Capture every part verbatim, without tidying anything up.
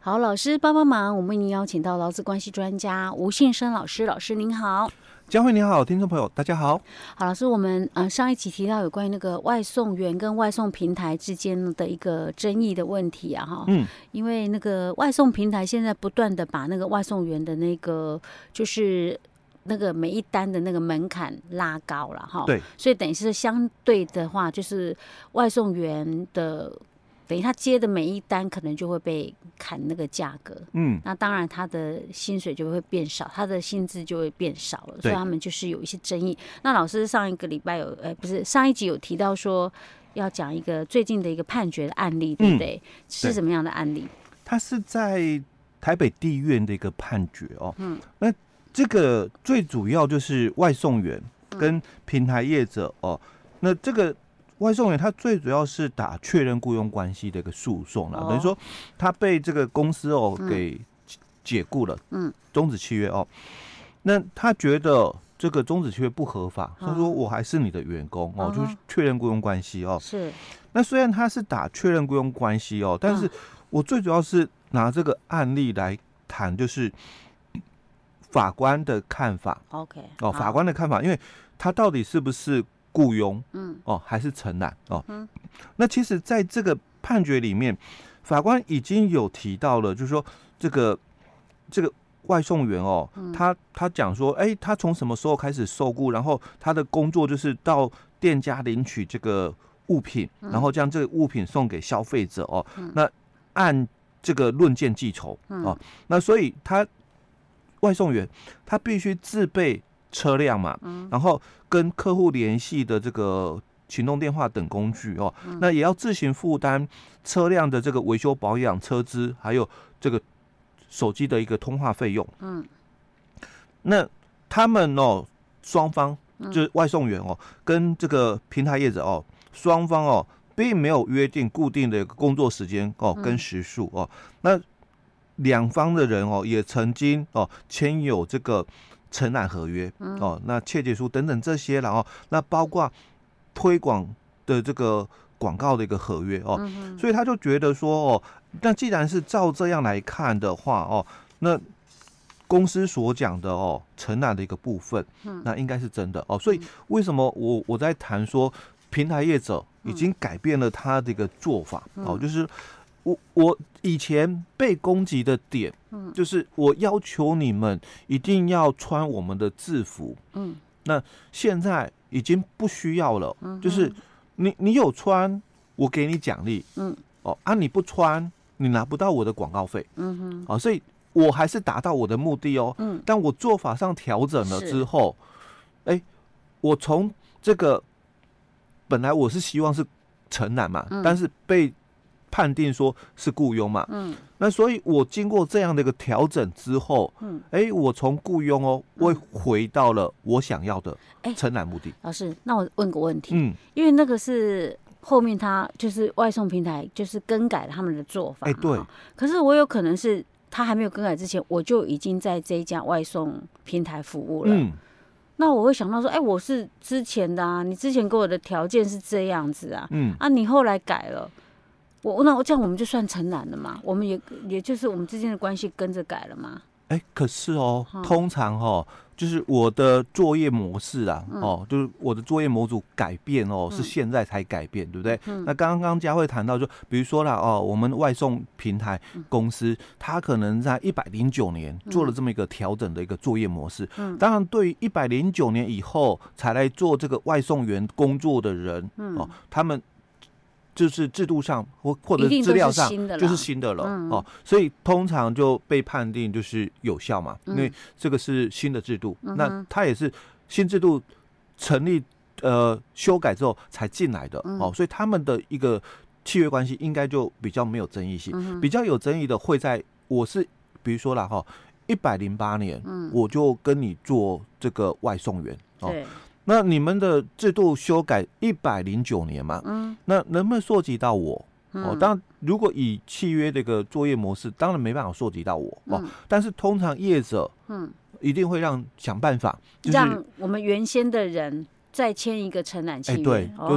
好，老师帮帮忙，我们为您邀请到劳资关系专家吴信生老师，老师您好。 佳慧你好，听众朋友大家好。 好，老师，我们呃上一集提到有关于那个外送员跟外送平台之间的一个争议的问题啊，哈，嗯，因为那个外送平台现在不断的把那个外送员的那个就是那个每一单的那个门槛拉高了哈， 对， 所以等于是相对的话，就是外送员的。等于他接的每一单可能就会被砍那个价格，嗯，那当然他的薪水就会变少，他的薪资就会变少了，所以他们就是有一些争议。那老师上一个礼拜有，呃，不是上一集有提到说要讲一个最近的一个判决的案例，对不对？嗯、是什么样的案例？ 他是在台北地院的一个判决哦，嗯，那这个最主要就是外送员跟平台业者哦，那这个。外送员他最主要是打确认雇佣关系的一个诉讼啦，等于说他被这个公司哦给解雇了，嗯，终止契约哦。那他觉得这个终止契约不合法，他说我还是你的员工哦，就是确认雇佣关系哦。 是。 那虽然他是打确认雇佣关系哦，但是我最主要是拿这个案例来谈，就是法官的看法。 OK。 哦，法官的看法，因为他到底是不是雇佣，嗯，哦，还是承揽哦，嗯，那其实在这个判决里面，法官已经有提到了，就是说这个这个外送员哦，嗯、他他讲说，哎、欸，他从什么时候开始受雇，然后他的工作就是到店家领取这个物品，嗯、然后将这个物品送给消费者哦，嗯、那按这个论件计酬、嗯、哦，那所以他外送员他必须自备车辆嘛，嗯、然后跟客户联系的这个行动电话等工具哦，嗯、那也要自行负担车辆的这个维修保养、车资，还有这个手机的一个通话费用。嗯，那他们哦，双方就是外送员哦，跟这个平台业者哦，双方哦，并没有约定固定的工作时间哦跟时数哦，那两方的人哦，也曾经哦签有这个承揽合约、嗯、哦，那切结书等等这些，然后那包括推广的这个广告的一个合约哦，嗯、所以他就觉得说哦，那既然是照这样来看的话哦，那公司所讲的哦承揽的一个部分，嗯、那应该是真的哦，所以为什么我我在谈说平台业者已经改变了他的一个做法、嗯、哦，就是。我我以前被攻击的点，嗯，就是我要求你们一定要穿我们的制服，嗯，那现在已经不需要了，嗯，就是你你有穿，我给你奖励，嗯，哦啊你不穿，你拿不到我的广告费，嗯哼，哦，所以我还是达到我的目的哦，嗯，但我做法上调整了之后，哎、欸，我从这个本来我是希望是承揽嘛，嗯、但是被判定说是雇佣嘛，嗯，那所以我经过这样的一个调整之后，嗯，哎、欸，我从雇佣哦，我回到了我想要的承揽目的、欸。 老师，那我问个问题，嗯，因为那个是后面他就是外送平台就是更改了他们的做法，哎、 欸，对， 可是我有可能是他还没有更改之前，我就已经在这一家外送平台服务了，嗯，那我会想到说，哎、欸，我是之前的啊，你之前给我的条件是这样子啊，嗯，啊，你后来改了。我那我这样我们就算承揽了嘛？我们也也就是我们之间的关系跟着改了嘛？ 哎、欸，可是哦，嗯、通常哦，就是我的作业模式啊，嗯、哦，就是我的作业模组改变哦，嗯、是现在才改变，对不对？嗯、那刚刚佳慧谈到就，比如说啦，哦，我们外送平台公司，嗯、它可能在一百零九年做了这么一个调整的一个作业模式。嗯，当然，对于一百零九年以后才来做这个外送员工作的人，嗯、哦，他们。就是制度上或或者资料上就是新的了、嗯、哦，所以通常就被判定就是有效嘛，嗯、因为这个是新的制度，嗯、那它也是新制度成立呃修改之后才进来的、嗯、哦，所以他们的一个契约关系应该就比较没有争议性，嗯、比较有争议的会在我是比如说啦哈，一百零八年、嗯、我就跟你做这个外送员哦。对，那你们的制度修改一百零九年嘛，嗯，那能不能溯及到我？嗯、哦，当然，如果以契约这个作业模式，当然没办法溯及到我、嗯、哦。但是通常业者，嗯，一定会让想办法，就是让我们原先的人再签一个承揽契约， 哎、欸，对，就、 哦、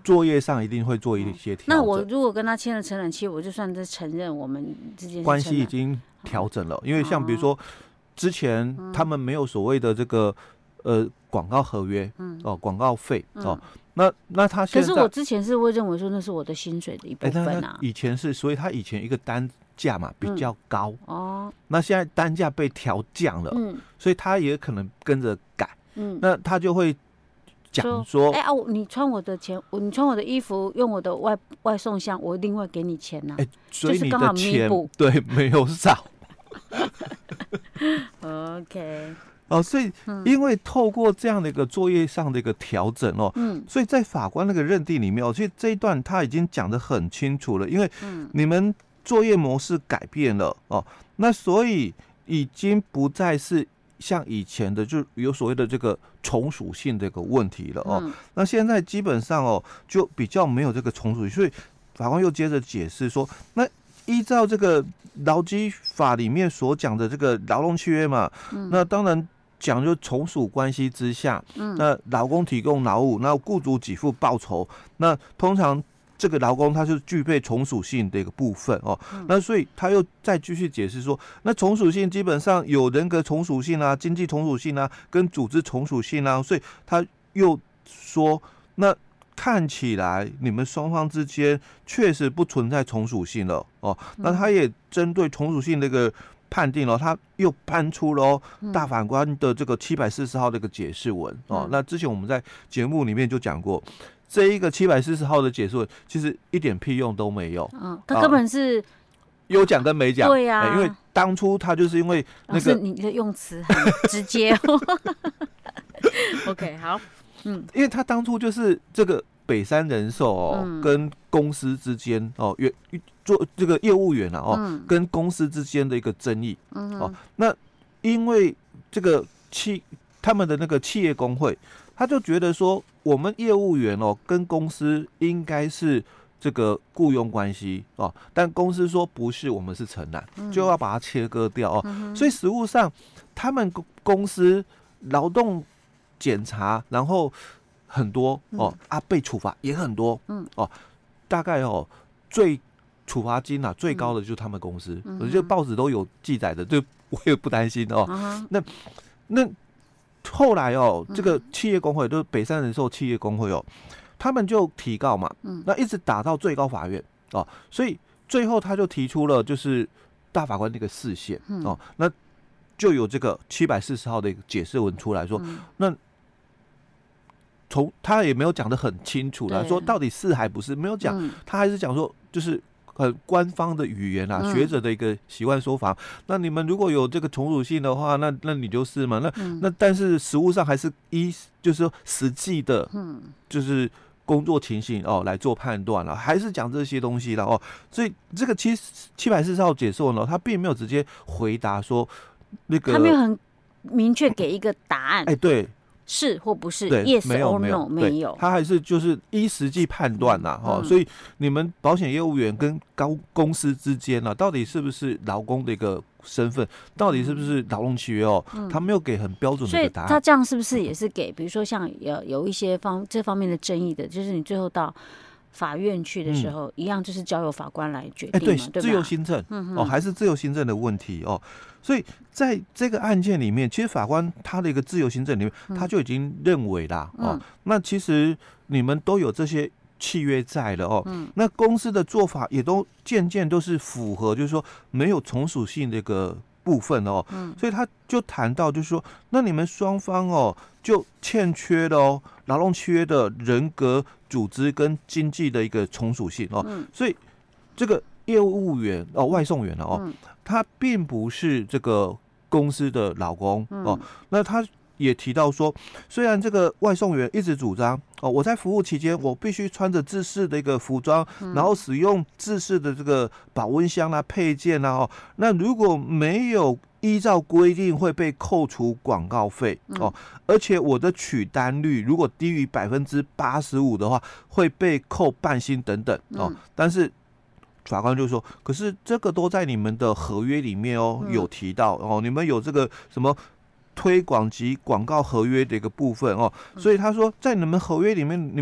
作业上一定会做一些调整。 那我如果跟他签了承揽契约，我就算是承认我们之间关系已经调整了，因为像比如说之前他们没有所谓的这个呃广告合约，嗯哦广告费哦。那那他现在， 可是我之前是会认为说那是我的薪水的一部分啊。 欸、以前是，所以他以前一个单价嘛比较高、嗯、哦，那现在单价被调降了，嗯，所以他也可能跟着改，嗯，那他就会讲说， 哎、欸、啊，你穿我的钱，你穿我的衣服，用我的外外送箱，我另外给你钱呐、啊，哎、欸， 所以你的钱对没有少 ，OK。 哦，所以因为透过这样的一个作业上的一个调整哦，嗯，所以在法官那个认定里面哦，其实这一段他已经讲得很清楚了，因为你们作业模式改变了哦，那所以已经不再是像以前的就有所谓的这个从属性的一个问题了哦，嗯、那现在基本上哦就比较没有这个从属性，所以法官又接着解释说，那依照这个劳基法里面所讲的这个劳动契约嘛，嗯、那当然。讲就从属关系之下，嗯，那劳工提供劳务，那雇主给付报酬，那通常这个劳工他是具备从属性的一个部分哦，嗯、那所以他又再继续解释说，那从属性基本上有人格从属性啊、经济从属性啊、跟组织从属性啊，所以他又说，那看起来你们双方之间确实不存在从属性了哦，那他也针对从属性这个。判定了，他又搬出了、哦、大法官的这个七百四十号的一个解释文、嗯、哦。那之前我们在节目里面就讲过，这一个七百四十号的解释文其实一点屁用都没有。 嗯，他根本是、啊、 有讲跟没讲。 对呀、啊欸， 因为当初他就是因为那个你的用词很直接。OK， 好，嗯， 因为他当初就是这个北山人寿哦、嗯、跟公司之间哦原。做这个业务员啊，哦，嗯、跟公司之间的一个争议，嗯、哦，那因为这个企他们的那个企业工会，他就觉得说，我们业务员哦跟公司应该是这个雇佣关系哦，但公司说不是，我们是承揽，嗯、就要把它切割掉哦，嗯、所以实务上他们公司劳动检查，然后很多哦、嗯、啊被处罚也很多，嗯哦，大概哦最。处罚金啊，最高的就是他们公司，我觉得报纸都有记载的，就我也不担心哦。嗯、那那后来哦，这个企业工会就是北山人寿企业工会哦，他们就提告嘛，嗯、那一直打到最高法院哦，所以最后他就提出了就是大法官那个释宪、嗯、哦，那就有这个七百四十号的一个解释文出来说，嗯、那从他也没有讲得很清楚啦，说到底是还不是没有讲，嗯、他还是讲说就是。很官方的语言啊，嗯、学者的一个习惯说法。那你们如果有这个从属性的话，那那你就是嘛。那、嗯、那但是实务上还是依就是说实际的，嗯，就是工作情形哦来做判断了，还是讲这些东西了哦。所以这个七七百四十号解释呢，他并没有直接回答说那个， 他没有很明确给一个答案。 哎、欸，对。 是或不是 ？Yes or no？ 没有， 他还是就是依实际判断呐，哈、嗯。所以你们保险业务员跟高公司之间呢、啊，到底是不是劳工的一个身份？到底是不是劳动契约哦？嗯、他没有给很标准的一个答案。 所以他这样是不是也是给，比如说像有有一些方这方面的争议的，就是你最后到法院去的时候，嗯、一样就是交由法官来决定嘛， 欸、对， 对吧？ 自由心证、嗯、哦，还是自由心证的问题哦。所以在这个案件里面，其实法官他的一个自由心证里面，嗯、他就已经认为啦，哦，嗯、那其实你们都有这些契约在了哦，嗯、那公司的做法也都渐渐都是符合，就是说没有从属性的一个部分哦，嗯、所以他就谈到就是说，那你们双方哦就欠缺了哦劳动契约的人格、组织跟经济的一个从属性哦，嗯、所以这个业务员哦外送员哦。嗯他并不是这个公司的劳工、嗯、哦，那他也提到说，虽然这个外送员一直主张哦，我在服务期间我必须穿着制式的一个服装，嗯、然后使用制式的这个保温箱啊、配件啊哦，那如果没有依照规定会被扣除广告费哦，嗯、而且我的取单率如果低于百分之八十五的话，会被扣半薪等等哦，嗯、但是。法官就说：“可是这个都在你们的合约里面哦，嗯、有提到哦，你们有这个什么推广及广告合约的一个部分哦，嗯、所以他说在你们合约里面，你们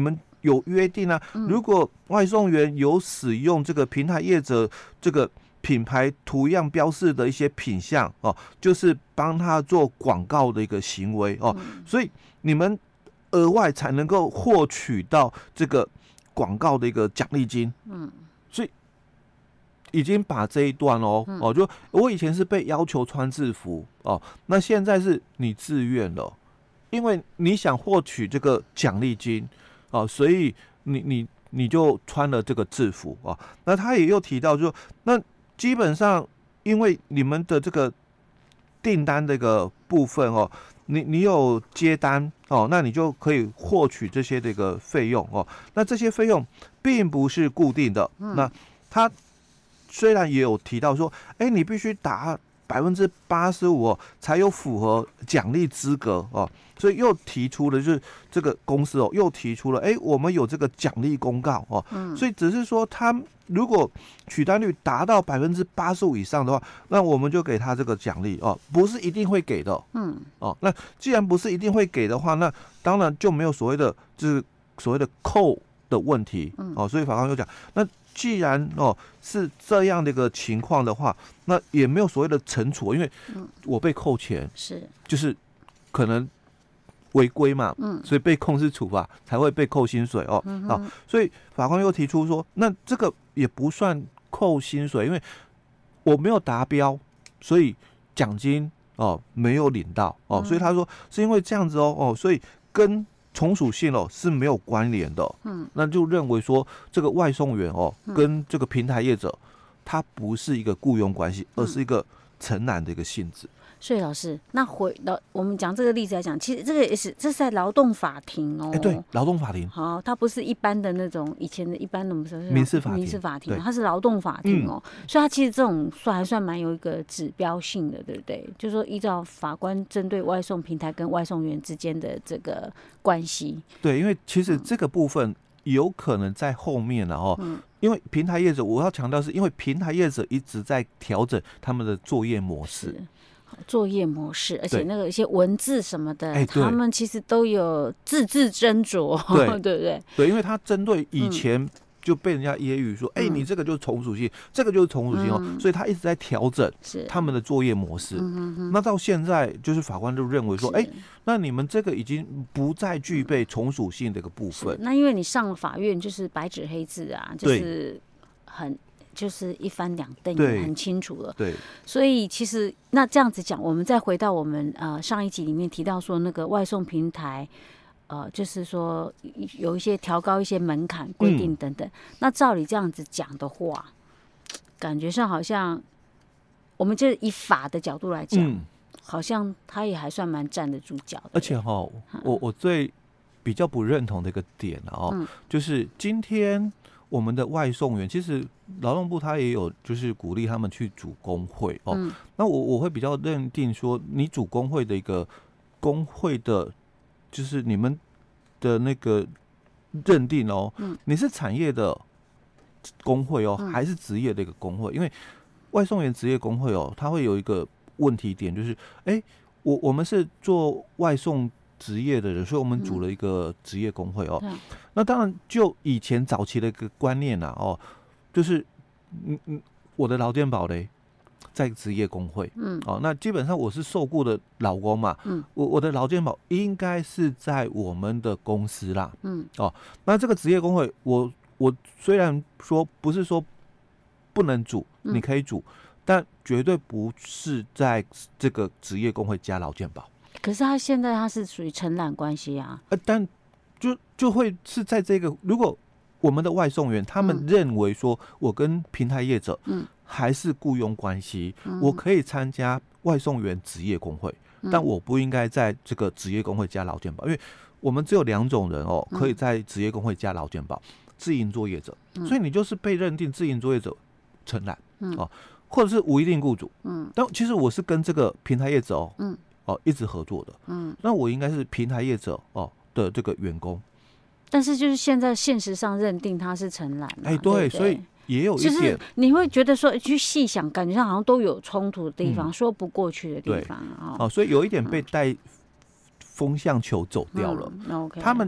有约定啊，嗯、如果外送员有使用这个平台业者这个品牌图样标示的一些品项哦，就是帮他做广告的一个行为哦，嗯、所以你们额外才能够获取到这个广告的一个奖励金。嗯，所以已经把这一段哦、嗯、哦，就我以前是被要求穿制服哦，那现在是你自愿了，因为你想获取这个奖励金哦，所以你你你就穿了这个制服哦。那他也又提到说，那基本上因为你们的这个订单这个部分哦，你你有接单哦，那你就可以获取这些这个费用哦。那这些费用并不是固定的，嗯、那他虽然也有提到说，哎，你必须达百分之八十五才有符合奖励资格哦，所以又提出了就是这个公司哦，又提出了哎，我们有这个奖励公告哦，嗯、所以只是说他如果取单率达到百分之八十五以上的话，那我们就给他这个奖励哦，不是一定会给的，嗯，哦，那既然不是一定会给的话，那当然就没有所谓的就是所谓的扣的问题，嗯、哦，所以法官又讲那。既然哦是这样的一个情况的话，那也没有所谓的惩处，因为我被扣钱，是、嗯、就是可能违规嘛，嗯，所以被控是处罚才会被扣薪水哦，嗯、哦，所以法官又提出说，那这个也不算扣薪水，因为我没有达标，所以奖金哦没有领到哦，嗯、所以他说是因为这样子哦哦，所以跟从属性哦是没有关联的，嗯，那就认为说这个外送员哦、嗯、跟这个平台业者，他不是一个雇佣关系，而是一个承揽的一个性质。 所以老师，那回到我们讲这个例子来讲，其实这个也是这是在劳动法庭哦， 哎、欸，对，劳动法庭， 好，它不是一般的那种以前的一般的我们说民事法庭， 民事法庭，它是劳动法庭哦，嗯、所以它其实这种算还算蛮有一个指标性的，对不对？就是说依照法官针对外送平台跟外送员之间的这个关系， 对，因为其实这个部分有可能在后面了哦。嗯，因为平台业者，我要强调是因为平台业者一直在调整他们的作业模式。 作业模式，而且那个一些文字什么的，欸、他们其实都有字字斟酌，对对不对？ 对，因为他针对以前就被人家揶揄说，哎、嗯欸，你这个就是从属性，这个就是从属性哦，嗯、所以他一直在调整他们的作业模式。嗯、那到现在，就是法官就认为说，哎、欸，那你们这个已经不再具备从属性的一个部分。 那因为你上了法院，就是白纸黑字啊，就是很。就是一翻两瞪也很清楚了， 对， 所以其实那这样子讲，我们再回到我们呃上一集里面提到说那个外送平台，呃，就是说有一些调高一些门槛规定等等。嗯、那照你这样子讲的话，感觉上好像我们就是以法的角度来讲，嗯、好像他也还算蛮站得住脚的。 而且哈、哦，我我最比较不认同的一个点哦，嗯、就是今天。我们的外送员其实劳动部他也有就是鼓励他们去组工会哦，嗯、那我我会比较认定说，你组工会的一个工会的，就是你们的那个认定哦，嗯、你是产业的工会哦，嗯、还是职业的一个工会？因为外送员职业工会哦，它会有一个问题点，就是哎，我我们是做外送职业的人，所以我们组了一个职业工会哦。嗯、那当然，就以前早期的一个观念啊，哦，就是嗯嗯，我的劳健保嘞，在职业工会，嗯，哦，那基本上我是受雇的劳工嘛，嗯，我我的劳健保应该是在我们的公司啦，嗯，哦，那这个职业工会，我我虽然说不是说不能组，嗯、你可以组，但绝对不是在这个职业工会加劳健保。 可是他现在他是属于承揽关系啊， 呃，但就就会是在这个，如果我们的外送员他们认为说，我跟平台业者，嗯，还是雇佣关系，嗯、我可以参加外送员职业工会，嗯、但我不应该在这个职业工会加劳健保，因为我们只有两种人哦，可以在职业工会加劳健保，自营作业者，嗯、所以你就是被认定自营作业者承揽，嗯、哦，或者是无一定雇主，嗯，但其实我是跟这个平台业者哦，嗯。哦，一直合作的，嗯，那我应该是平台业者哦的这个员工， 但是就是现在现实上认定他是承揽， 哎，对，所以也有一点， 就是你会觉得说去细想，感觉上好像都有冲突的地方，嗯、说不过去的地方啊， 哦，所以有一点被带风向球走掉了。 嗯、 他们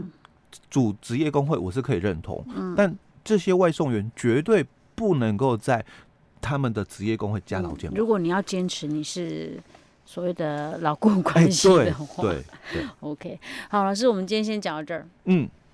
组职业工会我是可以认同，嗯，但这些外送员绝对不能够在他们的职业工会加劳健保、嗯。 如果你要坚持你是所谓的劳雇关系的话， 欸、对 对, 对 ，OK， 好，老师，我们今天先讲到这儿。 嗯。